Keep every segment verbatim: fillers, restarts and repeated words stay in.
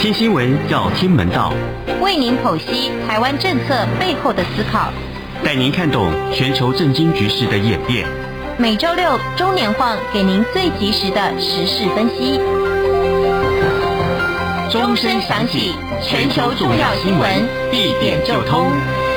听新闻要听门道， 为您剖析台湾政策背后的思考， 带您看懂全球政经局势的演变。 每周六中年晃给您最及时的时事分析。钟声响起，全球重要新闻一点就通。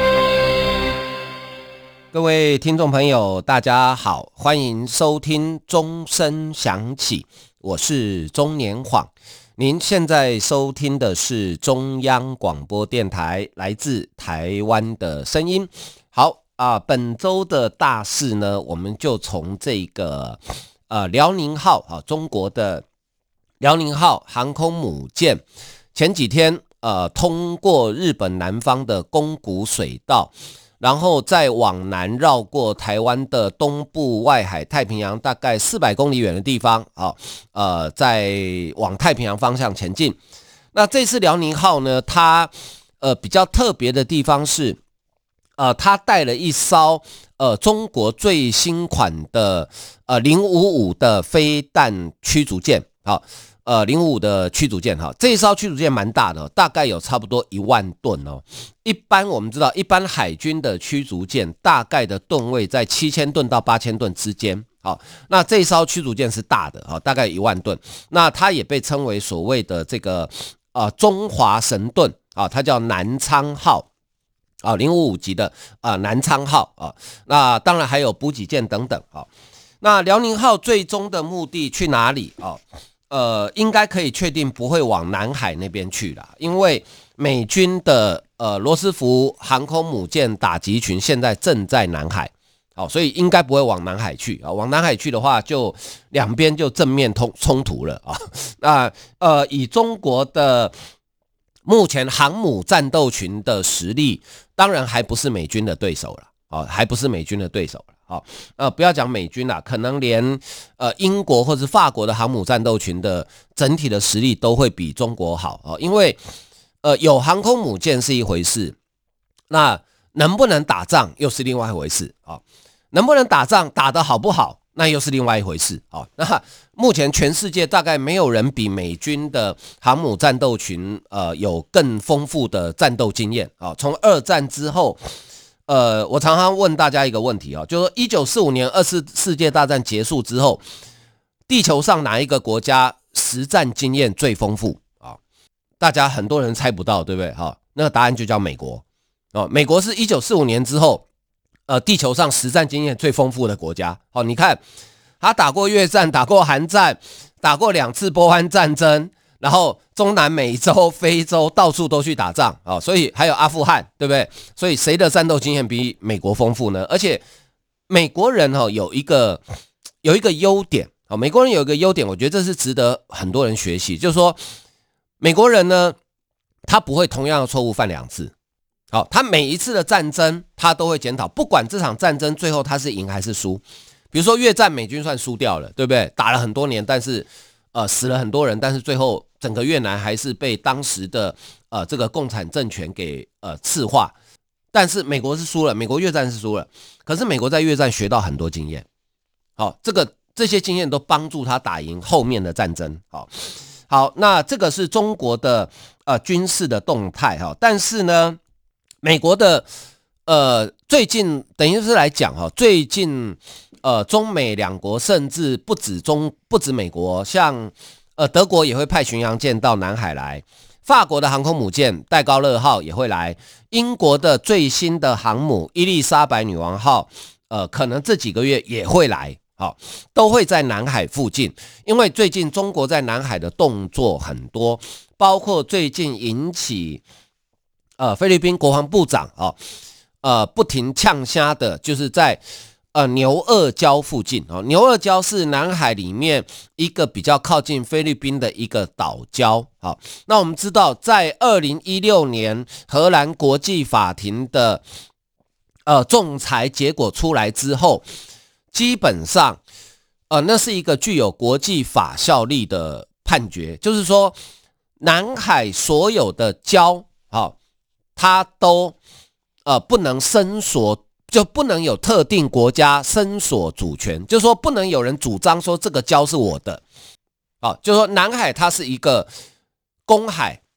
各位听众朋友，大家好，欢迎收听钟声响起，我是钟年晃。您现在收听的是中央广播电台来自台湾的声音。好啊，本周的大事呢，我们就从这个呃辽宁号啊，中国的辽宁号航空母舰前几天呃通过日本南方的宫古水道，然后再往南绕过台湾的东部外海太平洋大概四百公里远的地方啊，呃，在往太平洋方向前进。那这次辽宁号呢，它呃比较特别的地方是，呃，它带了一艘呃中国最新款的呃零五五的飞弹驱逐舰，好。呃，零五五的驱逐舰哈，这一艘驱逐舰蛮大的，大概有差不多一万吨哦。一般我们知道，一般海军的驱逐舰大概的吨位在七千吨到八千吨之间。好，那这一艘驱逐舰是大的哈，大概一万吨。那它也被称为所谓的这个呃中华神盾啊，它叫南昌号啊，零五五级的啊南昌号啊。那当然还有补给舰等等啊。那辽宁号最终的目的去哪里啊？呃，应该可以确定不会往南海那边去啦，因为美军的呃罗斯福航空母舰打击群现在正在南海，好，所以应该不会往南海去啊。往南海去的话，就两边就正面冲冲突了啊。那呃，以中国的目前航母战斗群的实力，当然还不是美军的对手了，啊，还不是美军的对手了。好，呃，不要讲美军啦，可能连呃英国或是法国的航母战斗群的整体的实力都会比中国好啊，因为呃有航空母舰是一回事，那能不能打仗又是另外一回事啊，能不能打仗打得好不好，那又是另外一回事啊。那目前全世界大概没有人比美军的航母战斗群呃有更丰富的战斗经验啊，从二战之后。呃，我常常问大家一个问题啊，就是说一九四五年二次世界大战结束之后，地球上哪一个国家实战经验最丰富啊？大家很多人猜不到，对不对？哈，那个答案就叫美国哦。美国是一九四五年之后，呃，地球上实战经验最丰富的国家。好，你看，他打过越战，打过韩战，打过两次波湾战争。然后中南美洲、非洲到处都去打仗啊，所以还有阿富汗，对不对？所以谁的战斗经验比美国丰富呢？而且美国人哈有一个有一个优点啊，美国人有一个优点，我觉得这是值得很多人学习，就是说美国人呢，他不会同样的错误犯两次。好，他每一次的战争他都会检讨，不管这场战争最后他是赢还是输。比如说越战，美军算输掉了，对不对？打了很多年，但是呃死了很多人，但是最后整个越南还是被当时的呃这个共产政权给呃赤化，但是美国是输了，美国越战是输了，可是美国在越战学到很多经验，好，这个这些经验都帮助他打赢后面的战争，好，好，那这个是中国的呃军事的动态哈，但是呢，美国的呃最近等于是来讲哈，最近呃中美两国甚至不止中不止美国，像呃，德国也会派巡洋舰到南海来，法国的航空母舰戴高乐号也会来，英国的最新的航母伊丽莎白女王号，呃，可能这几个月也会来，好，都会在南海附近，因为最近中国在南海的动作很多，包括最近引起呃菲律宾国防部长啊，呃不停呛虾的，就是在。呃，牛二礁附近哦，牛二礁是南海里面一个比较靠近菲律宾的一个岛礁。好，那我们知道，在二零一六年荷兰国际法庭的呃仲裁结果出来之后，基本上呃那是一个具有国际法效力的判决，就是说南海所有的礁，好、哦，它都呃不能伸索。就不能有特定国家伸索主权，就是说不能有人主张说这个礁是我的，好，就是说南海它是一个公海，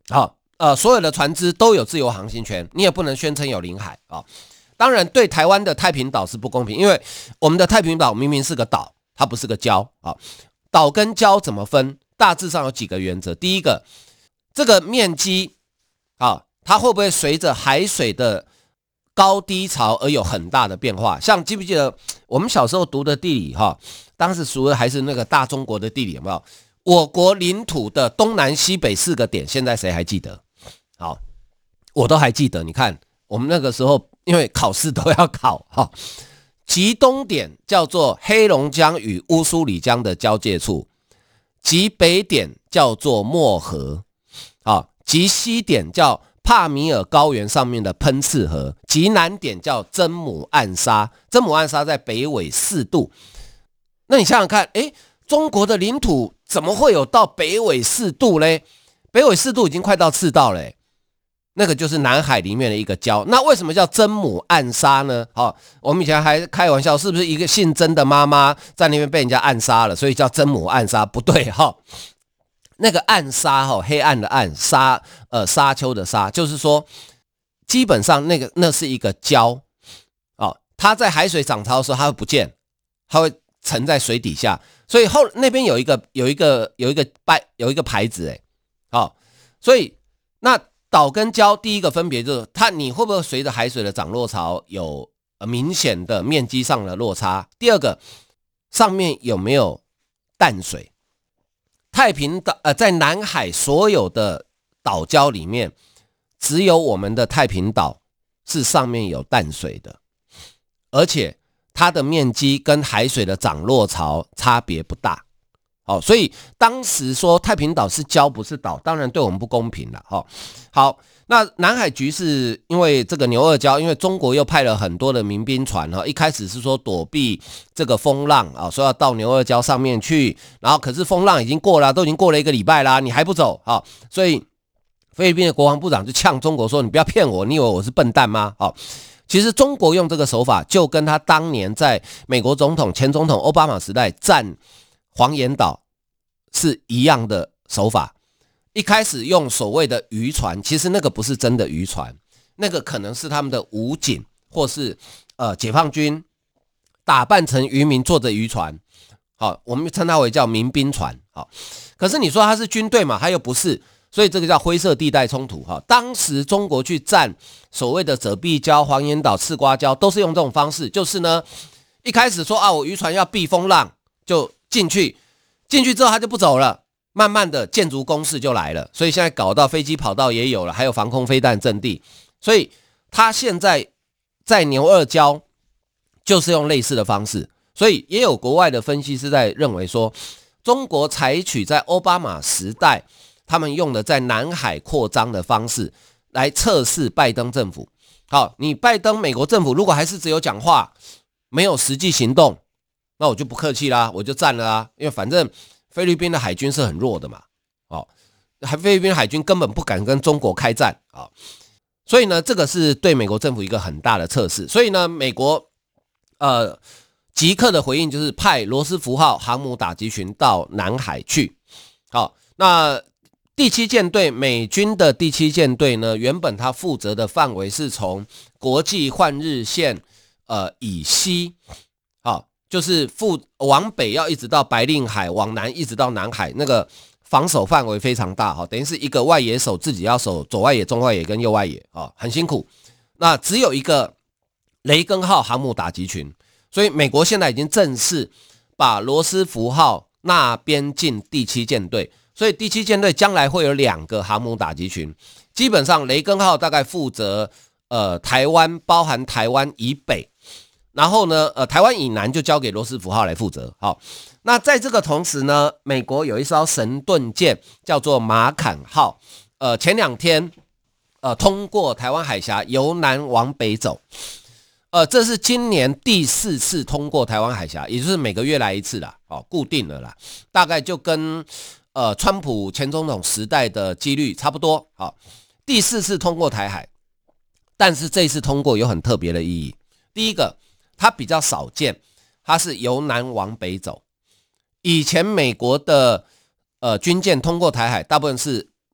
好，呃，所有的船只都有自由航行权，你也不能宣称有领海啊。当然，对台湾的太平岛是不公平，因为我们的太平岛明明是个岛，它不是个礁啊。岛跟礁怎么分？大致上有几个原则。第一个，这个面积啊，它会不会随着海水的高低潮而有很大的变化？像记不记得我们小时候读的地理哈，当时读的还是那个大中国的地理，有没有？我国领土的东南西北四个点，现在谁还记得？好，我都还记得。你看，我们那个时候因为考试都要考哈，极东点叫做黑龙江与乌苏里江的交界处，极北点叫做漠河，啊，极西点叫帕米尔高原上面的喷刺河，极南点叫真母暗沙，真母暗沙在北纬四度。那你想想看，诶，中国的领土怎么会有到北纬四度呢？北纬四度已经快到赤道了，那个就是南海里面的一个礁。那为什么叫真母暗沙呢？好、哦，我们以前还开玩笑，是不是一个姓曾的妈妈在那边被人家暗杀了，所以叫真母暗沙？不对哈、哦，那个暗沙哈，黑暗的暗，沙呃沙丘的沙，就是说基本上那个那是一个礁哦，它在海水涨潮的时候它会不见，它会沉在水底下，所以后那边有一个有一个有一个牌有一个牌子哎，好、哦，所以那岛跟礁第一个分别就是它你会不会随着海水的涨落潮有明显的面积上的落差？第二个，上面有没有淡水？太平岛呃，在南海所有的岛礁里面，只有我们的太平岛是上面有淡水的，而且它的面积跟海水的涨落潮差别不大。好，所以当时说太平岛是礁不是岛，当然对我们不公平了。好，好，那南海局势因为这个牛二礁，因为中国又派了很多的民兵船，一开始是说躲避这个风浪啊，说要到牛二礁上面去，然后可是风浪已经过了，都已经过了一个礼拜啦，你还不走啊？所以菲律宾的国防部长就呛中国说：“你不要骗我，你以为我是笨蛋吗？”好。其实中国用这个手法，就跟他当年在美国总统前总统奥巴马时代占黄岩岛是一样的手法。一开始用所谓的渔船，其实那个不是真的渔船，那个可能是他们的武警或是呃解放军打扮成渔民坐着渔船，好，我们称它为叫民兵船。好，可是你说它是军队嘛，它又不是。所以这个叫灰色地带冲突哈。当时中国去占所谓的遮蔽礁、黄岩岛、赤瓜礁，都是用这种方式，就是呢，一开始说啊，我渔船要避风浪，就进去，进去之后他就不走了，慢慢的建筑工事就来了，所以现在搞到飞机跑道也有了，还有防空飞弹阵地，所以他现在在牛二礁就是用类似的方式，所以也有国外的分析师在认为说，中国采取在奥巴马时代。他们用的在南海扩张的方式来测试拜登政府。好，你拜登美国政府如果还是只有讲话，没有实际行动，那我就不客气啦，我就占了啊，因为反正菲律宾的海军是很弱的嘛，哦，菲律宾海军根本不敢跟中国开战啊、哦，所以呢，这个是对美国政府一个很大的测试。所以呢，美国呃即刻的回应就是派罗斯福号航母打击群到南海去。好，那第七舰队，美军的第七舰队呢，原本它负责的范围是从国际换日线呃以西，好，就是附往北要一直到白令海，往南一直到南海，那个防守范围非常大，好，等于是一个外野手自己要守左外野、中外野跟右外野，啊，很辛苦。那只有一个雷根号航母打击群，所以美国现在已经正式把罗斯福号纳编进第七舰队。所以第七舰队将来会有两个航母打击群，基本上雷根号大概负责呃台湾，包含台湾以北，然后呢呃台湾以南就交给罗斯福号来负责。好，那在这个同时呢，美国有一艘神盾舰叫做马坎号，呃前两天呃通过台湾海峡由南往北走，呃这是今年第四次通过台湾海峡，也就是每个月来一次啦，哦固定了啦，大概就跟呃，川普前总统时代的几率差不多。好，第四次通过台海，但是这一次通过有很特别的意义。第一个，它比较少见，它是由南往北走。以前美国的呃军舰通过台海，大部分是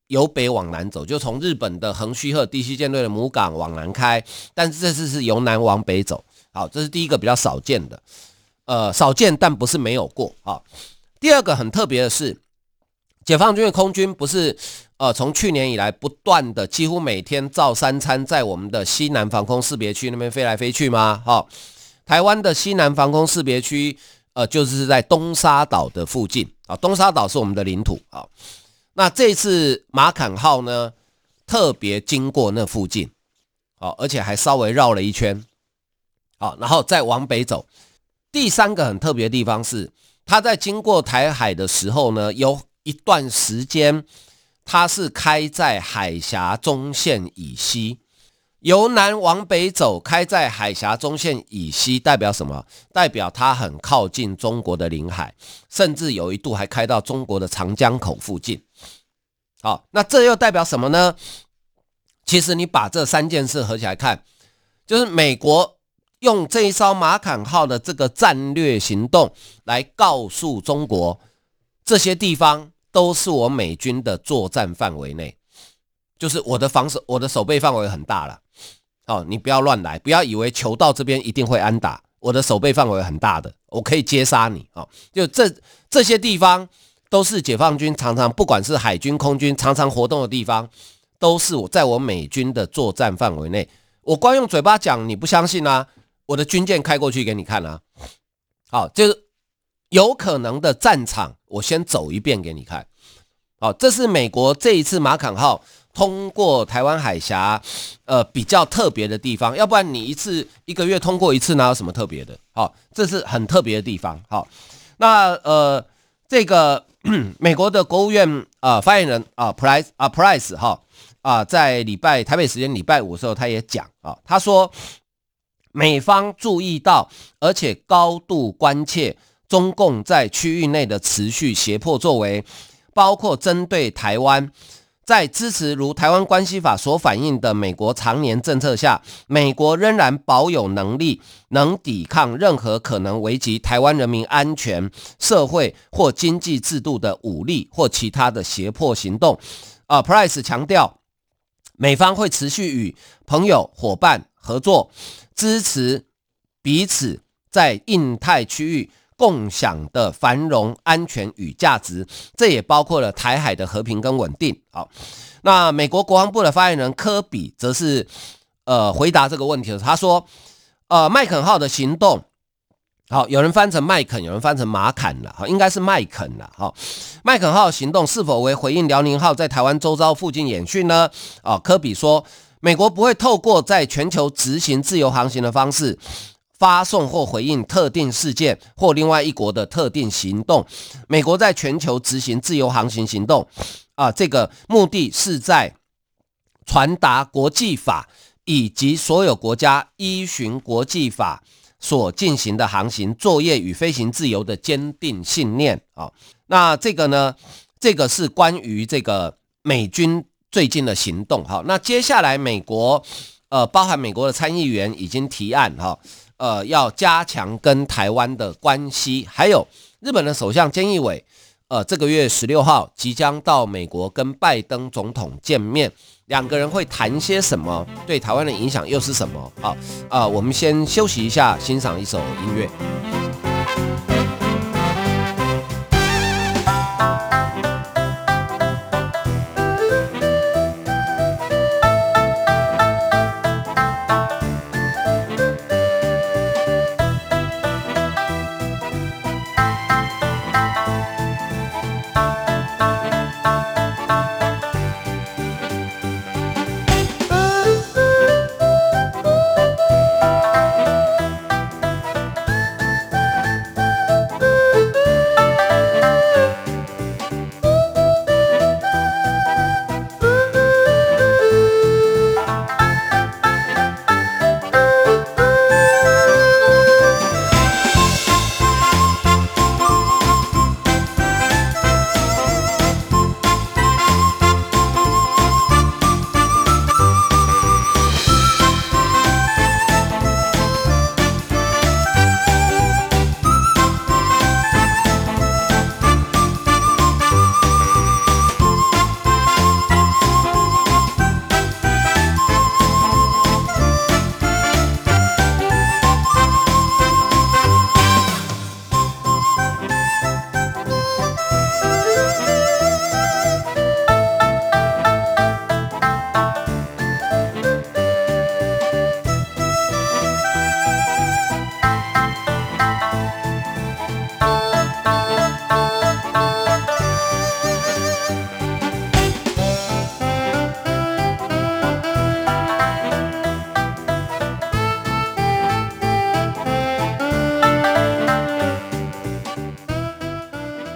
由北往南走，就从日本的横须贺第七舰队的母港往南开，但是这次是由南往北走。好，这是第一个比较少见的，呃，少见但不是没有过。好，第二个很特别的是，解放军的空军不是呃从去年以来不断的几乎每天照三餐在我们的西南防空识别区那边飞来飞去吗？好，台湾的西南防空识别区呃就是在东沙岛的附近啊，东沙岛是我们的领土啊。那这次马坎号呢，特别经过那附近，好，而且还稍微绕了一圈，好，然后再往北走。第三个很特别的地方是，它在经过台海的时候呢，有一段时间它是开在海峡中线以西，由南往北走，开在海峡中线以西，代表什么？代表它很靠近中国的领海，甚至有一度还开到中国的长江口附近。好，那这又代表什么呢？其实你把这三件事合起来看，就是美国用这一艘马坎号的这个战略行动来告诉中国，这些地方都是我美军的作战范围内，就是我的防守，我的守备范围很大了。哦，你不要乱来，不要以为球到这边一定会安打，我的守备范围很大的，我可以接杀你。哦，就这这些地方都是解放军常常不管是海军空军常常活动的地方，都是我在我美军的作战范围内。我光用嘴巴讲你不相信啊，我的军舰开过去给你看啊。好，就是有可能的战场我先走一遍给你看。好，这是美国这一次马坎号通过台湾海峡呃比较特别的地方，要不然你一次一个月通过一次哪有什么特别的。好，这是很特别的地方。好，那呃这个美国的国务院啊、呃、发言人啊 Price 啊 Price 哈啊在礼拜台北时间礼拜五的时候他也讲啊，他说美方注意到而且高度关切中共在区域内的持续胁迫作为，包括针对台湾。在支持如台湾关系法所反映的美国常年政策下，美国仍然保有能力能抵抗任何可能危及台湾人民安全、社会或经济制度的武力或其他的胁迫行动。呃 Price 强调，美方会持续与朋友、伙伴合作，支持彼此在印太区域共享的繁荣、安全与价值，这也包括了台海的和平跟稳定。好，那美国国防部的发言人科比则是呃回答这个问题的时候，他说，呃，麦肯号的行动，好，有人翻成麦肯，有人翻成马坎了，好，应该是麦肯了。好，麦肯号行动是否为回应辽宁号在台湾周遭附近演训呢？啊，科比说，美国不会透过在全球执行自由航行的方式。发送或回应特定事件或另外一国的特定行动，美国在全球执行自由航行行动，啊、呃，这个目的是在传达国际法以及所有国家依循国际法所进行的航行作业与飞行自由的坚定信念啊、哦。那这个呢，这个是关于这个美军最近的行动。好，那接下来美国呃，包含美国的参议员已经提案哈。呃，要加强跟台湾的关系，还有日本的首相菅义伟，呃，这个月十六号即将到美国跟拜登总统见面，两个人会谈些什么？对台湾的影响又是什么？好，呃，我们先休息一下，欣赏一首音乐。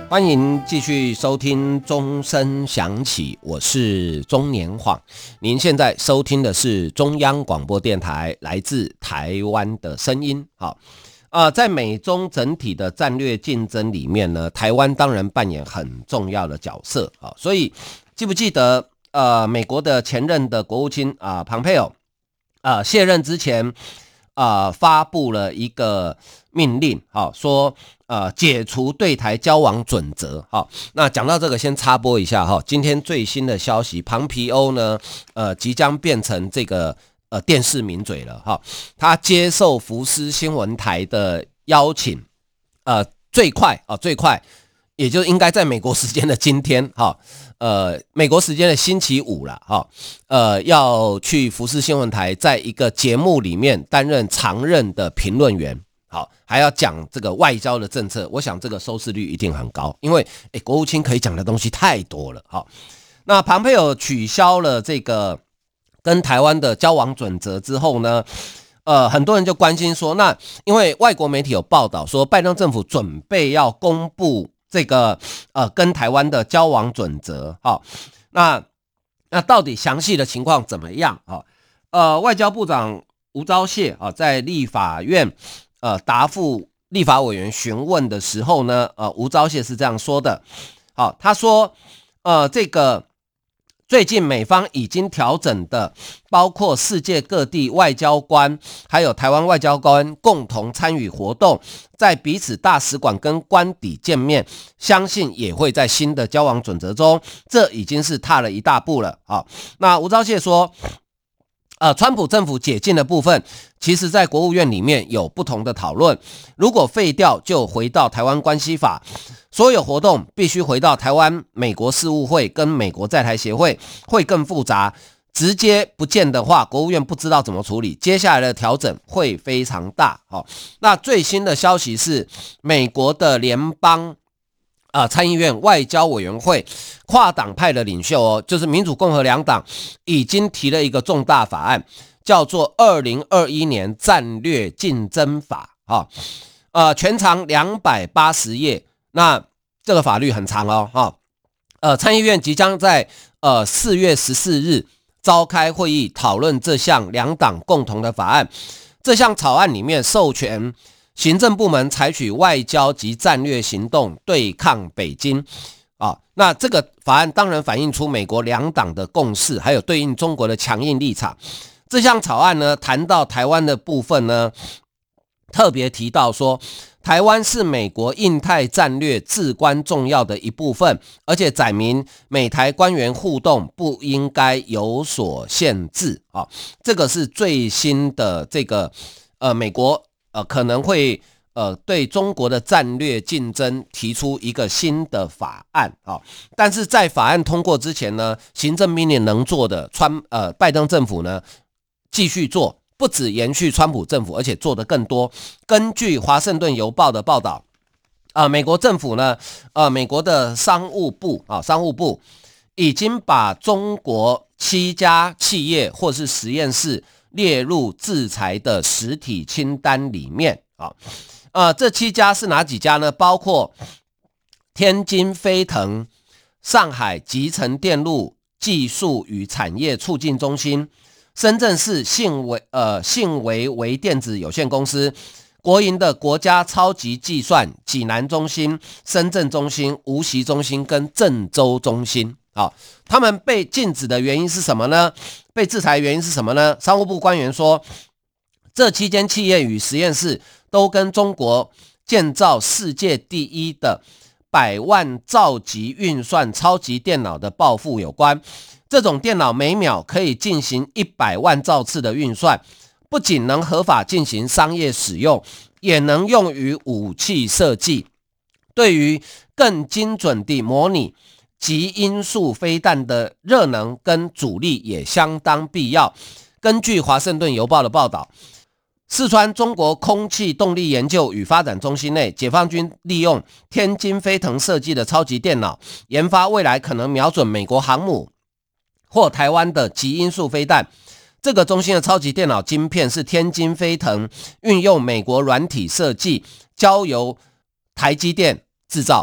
欢迎继续收听钟声响起，我是钟年晃。您现在收听的是中央广播电台来自台湾的声音。好，呃，在美中整体的战略竞争里面呢，台湾当然扮演很重要的角色。好，所以记不记得呃，美国的前任的国务卿啊、呃，庞佩奥呃卸任之前呃发布了一个命令，好、哦、说。呃，解除对台交往准则。好，那讲到这个，先插播一下哈。今天最新的消息，庞皮欧呢，呃，即将变成这个呃电视名嘴了哈。他接受福斯新闻台的邀请，呃，最快啊、哦，最快，也就应该在美国时间的今天哈，呃，美国时间的星期五了哈，呃，要去福斯新闻台，在一个节目里面担任常任的评论员。好，还要讲这个外交的政策，我想这个收视率一定很高，因为诶国务卿可以讲的东西太多了。好，那庞佩奥取消了这个跟台湾的交往准则之后呢，呃，很多人就关心说，那因为外国媒体有报道说，拜登政府准备要公布这个呃跟台湾的交往准则。好，那那到底详细的情况怎么样？啊，呃，外交部长吴钊燮啊，在立法院。呃，答复立法委员询问的时候呢，呃，吴钊燮是这样说的，好，他说，呃，这个最近美方已经调整的，包括世界各地外交官，还有台湾外交官共同参与活动，在彼此大使馆跟官邸见面，相信也会在新的交往准则中，这已经是踏了一大步了。好，那吴钊燮说。呃，川普政府解禁的部分，其实在国务院里面有不同的讨论。如果废掉，就回到台湾关系法，所有活动必须回到台湾美国事务会跟美国在台协会，会更复杂。直接不见的话，国务院不知道怎么处理，接下来的调整会非常大。好，那最新的消息是，美国的联邦。啊、呃，参议院外交委员会跨党派的领袖哦，就是民主共和两党已经提了一个重大法案，叫做二零二一年战略竞争法啊、哦，呃，全长两百八十页，那这个法律很长哦，哈、哦，呃，参议院即将在呃四月十四日召开会议讨论这项两党共同的法案，这项草案里面授权。行政部门采取外交及战略行动对抗北京啊，那这个法案当然反映出美国两党的共识，还有对应中国的强硬立场。这项草案呢，谈到台湾的部分呢，特别提到说，台湾是美国印太战略至关重要的一部分，而且载明美台官员互动不应该有所限制啊。这个是最新的这个呃美国。呃，可能会呃对中国的战略竞争提出一个新的法案啊、哦，但是在法案通过之前呢，行政命令能做的，川呃拜登政府呢继续做，不只延续川普政府，而且做得更多。根据华盛顿邮报的报道，啊、呃，美国政府呢，呃，美国的商务部啊、哦，商务部已经把中国七家企业或是实验室。列入制裁的实体清单里面啊，呃，这七家是哪几家呢？包括天津飞腾、上海集成电路技术与产业促进中心、深圳市信维呃信维微电子有限公司、国营的国家超级计算济南中心、深圳中心、无锡中心跟郑州中心。好，他们被禁止的原因是什么呢？被制裁的原因是什么呢？商务部官员说，这七间企业与实验室都跟中国建造世界第一的百万兆级运算超级电脑的抱负有关。这种电脑每秒可以进行一百万兆次的运算，不仅能合法进行商业使用，也能用于武器设计，对于更精准地模拟极音速飞弹的热能跟阻力也相当必要。根据华盛顿邮报的报道，四川中国空气动力研究与发展中心内，解放军利用天津飞腾设计的超级电脑，研发未来可能瞄准美国航母或台湾的极音速飞弹。这个中心的超级电脑晶片是天津飞腾运用美国软体设计，交由台积电制造。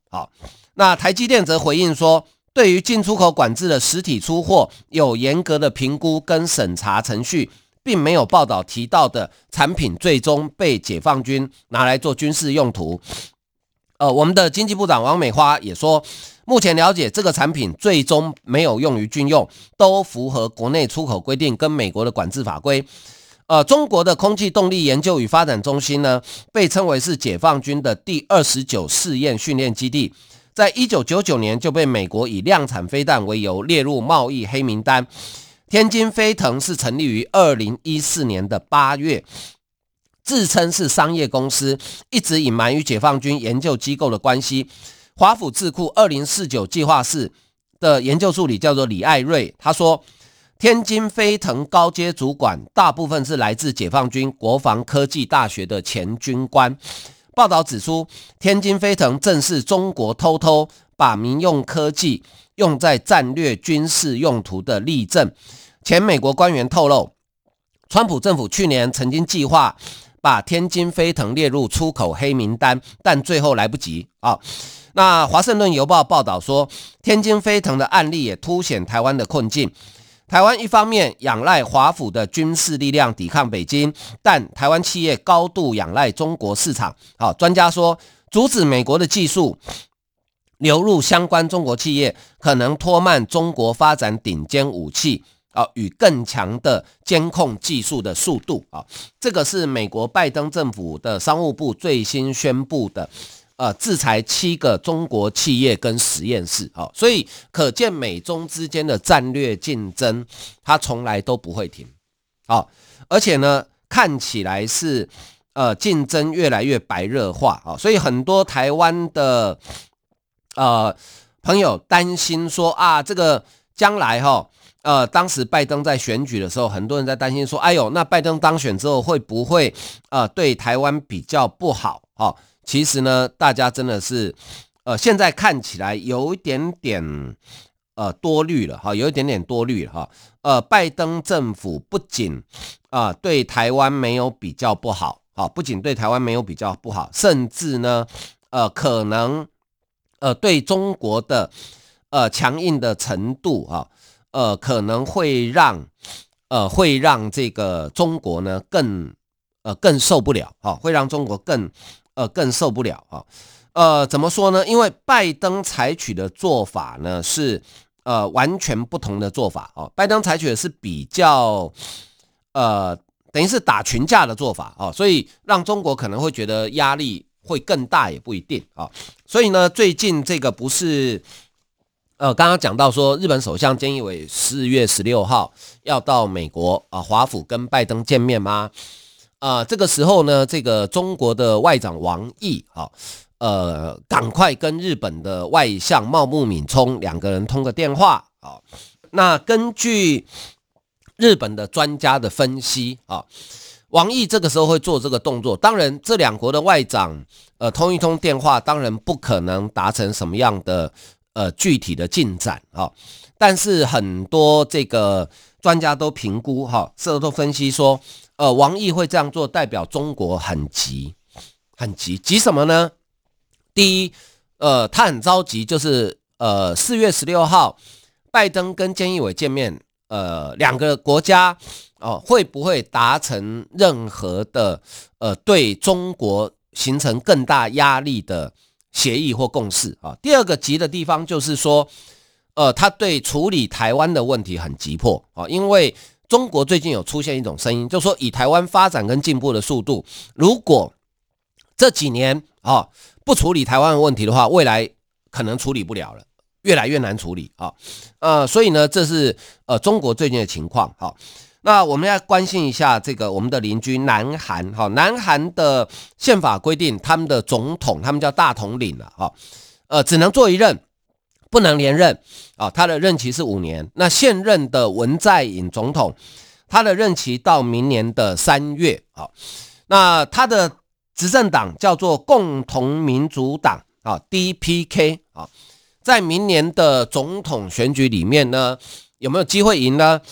好，那台积电则回应说，对于进出口管制的实体出货有严格的评估跟审查程序，并没有报道提到的产品最终被解放军拿来做军事用途。呃，我们的经济部长王美花也说，目前了解这个产品最终没有用于军用，都符合国内出口规定跟美国的管制法规。呃，中国的空气动力研究与发展中心呢，被称为是解放军的第二十九试验训练基地，在一九九九年就被美国以量产飞弹为由列入贸易黑名单。天津飞腾是成立于二零一四年的八月，自称是商业公司，一直隐瞒与解放军研究机构的关系。华府智库二零四九计划室的研究助理叫做李爱瑞，他说，天津飞腾高阶主管大部分是来自解放军国防科技大学的前军官。报道指出，天津飞腾正是中国偷偷把民用科技用在战略军事用途的例证。前美国官员透露，川普政府去年曾经计划把天津飞腾列入出口黑名单，但最后来不及啊。那华盛顿邮报报道说，天津飞腾的案例也凸显台湾的困境。台湾一方面仰赖华府的军事力量抵抗北京，但台湾企业高度仰赖中国市场。好，专家说，阻止美国的技术流入相关中国企业，可能拖慢中国发展顶尖武器啊与更强的监控技术的速度啊。这个是美国拜登政府的商务部最新宣布的。呃，制裁七个中国企业跟实验室，哦，所以可见美中之间的战略竞争，它从来都不会停，哦，而且呢，看起来是呃竞争越来越白热化，哦，所以很多台湾的呃朋友担心说啊，这个将来哈、哦，呃，当时拜登在选举的时候，很多人在担心说，哎呦，那拜登当选之后会不会呃对台湾比较不好，哦。其实呢，大家真的是，呃，现在看起来有一点点，呃，多虑了哈，有一点点多虑了哈。呃，拜登政府不仅啊、呃、对台湾没有比较不好，啊，不仅对台湾没有比较不好，甚至呢，呃，可能呃对中国的呃强硬的程度啊，呃，可能会让呃会让这个中国呢更呃更受不了，哈、啊，会让中国更。呃，更受不了啊！呃，怎么说呢？因为拜登采取的做法呢是呃完全不同的做法哦。拜登采取的是比较呃等于是打群架的做法哦，所以让中国可能会觉得压力会更大，也不一定啊、哦。所以呢，最近这个不是呃刚刚讲到说，日本首相菅义伟四月十六号要到美国啊华府跟拜登见面吗？啊、呃，这个时候呢，这个中国的外长王毅啊，呃，赶快跟日本的外相茂木敏充两个人通个电话啊。那根据日本的专家的分析啊，王毅这个时候会做这个动作。当然，这两国的外长呃通一通电话，当然不可能达成什么样的呃具体的进展啊。但是很多这个专家都评估哈，这都分析说。呃，王毅会这样做，代表中国很急，很急，急什么呢？第一，呃，他很着急，就是呃，四月十六号，拜登跟菅义伟见面，呃，两个国家哦、呃，会不会达成任何的呃对中国形成更大压力的协议或共识啊？第二个急的地方就是说，呃，他对处理台湾的问题很急迫啊，因为。中国最近有出现一种声音，就是说以台湾发展跟进步的速度，如果这几年啊、哦、不处理台湾的问题的话，未来可能处理不了了，越来越难处理啊、哦。呃，所以呢，这是呃中国最近的情况。好、哦，那我们要关心一下这个我们的邻居南韩。哈、哦，南韩的宪法规定，他们的总统，他们叫大统领了。哈、哦，呃，只能做一任。不能连任啊，他的任期是五年。那现任的文在寅总统，他的任期到明年的三月啊。那他的执政党叫做共同民主党啊 ，D P K 啊，在明年的总统选举里面呢，有没有机会赢呢？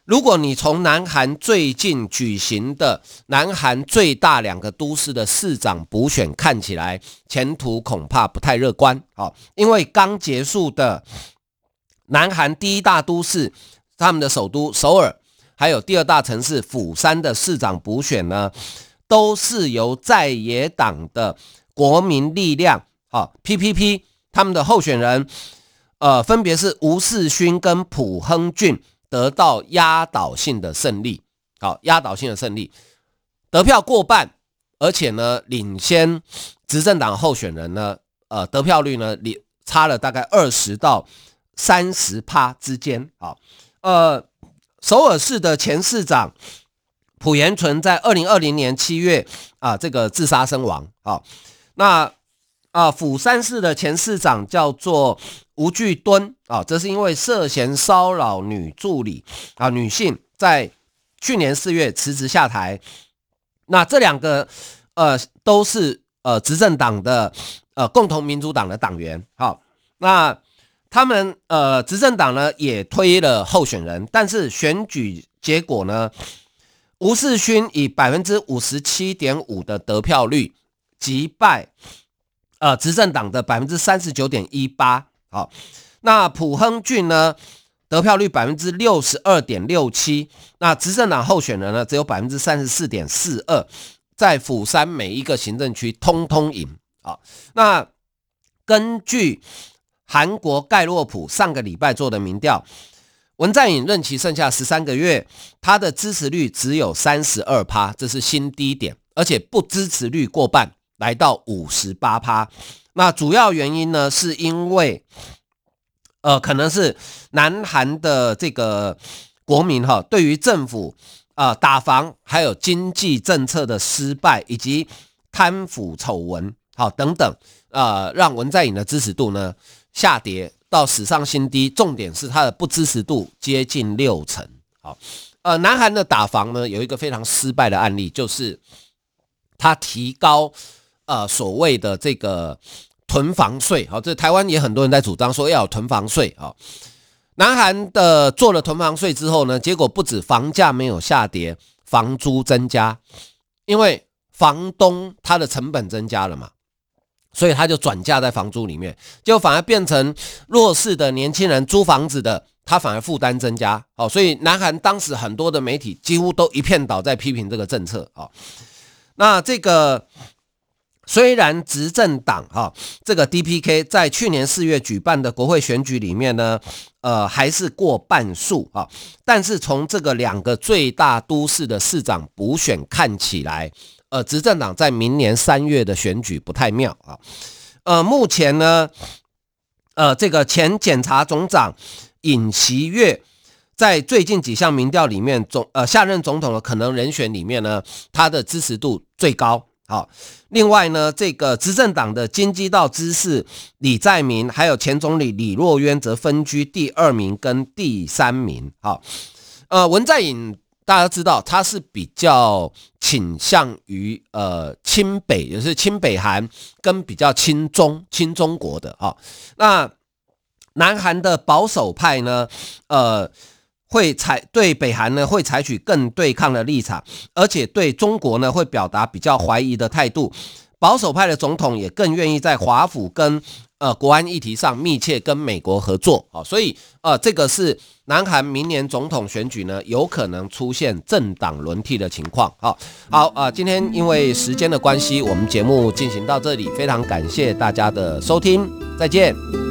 如果你从南韩最近举行的南韩最大两个都市的市长补选看起来，前途恐怕不太乐观。好，因为刚结束的南韩第一大都市，他们的首都首尔，还有第二大城市釜山的市长补选呢，都是由在野党的国民力量啊 P P P 他们的候选人，呃，分别是吴世勋跟朴亨俊得到压倒性的胜利，好，压倒性的胜利，得票过半，而且呢，领先执政党候选人呢，呃，得票率呢，差了大概二十到三十趴之间，好，呃，首尔市的前市长朴元淳在二零二零年七月啊，这个自杀身亡，好，那啊，釜山市的前市长叫做吴巨敦啊，这是因为涉嫌骚扰女助理啊，女性在去年四月辞职下台。那这两个呃都是呃执政党的呃共同民主党的党员，好，那他们呃执政党呢也推了候选人，但是选举结果呢，吴世勋以 百分之五十七点五 的得票率击败呃，执政党的 百分之三十九点一八， 好，那朴亨俊呢得票率 百分之六十二点六七， 那执政党候选人呢只有 百分之三十四点四二， 在釜山每一个行政区通通赢，好，那根据韩国盖洛普上个礼拜做的民调，文在寅任期剩下十三个月，他的支持率只有 百分之三十二， 这是新低点，而且不支持率过半，来到 百分之五十八。 那主要原因呢，是因为呃，可能是南韩的这个国民哈，对于政府啊、呃、打房还有经济政策的失败，以及贪腐丑闻好等等，呃，让文在寅的支持度呢下跌到史上新低，重点是他的不支持度接近六成。好，呃，南韩的打房呢有一个非常失败的案例，就是他提高呃所谓的这个囤房税，好，这台湾也很多人在主张说要有囤房税，好，南韩的做了囤房税之后呢，结果不止房价没有下跌，房租增加，因为房东他的成本增加了嘛，所以他就转嫁在房租里面，结果反而变成弱势的年轻人租房子的，他反而负担增加，好，所以南韩当时很多的媒体几乎都一片倒在批评这个政策，好，那这个虽然执政党哈这个 D P K 在去年四月举办的国会选举里面呢，呃还是过半数啊，但是从这个两个最大都市的市长补选看起来，呃执政党在明年三月的选举不太妙啊。呃目前呢，呃这个前检察总长尹锡悦在最近几项民调里面，总呃下任总统的可能人选里面呢，他的支持度最高。好，另外呢，这个执政党的京畿道知事李在明，还有前总理李若渊则分居第二名跟第三名。好，呃，文在寅大家知道他是比较倾向于呃亲北，也就是亲北韩跟比较亲中亲中国的啊。那南韩的保守派呢，呃。会采对北韩呢会采取更对抗的立场，而且对中国呢会表达比较怀疑的态度。保守派的总统也更愿意在华府跟呃国安议题上密切跟美国合作，好，所以呃这个是南韩明年总统选举呢有可能出现政党轮替的情况。好，好啊、呃，今天因为时间的关系，我们节目进行到这里，非常感谢大家的收听，再见。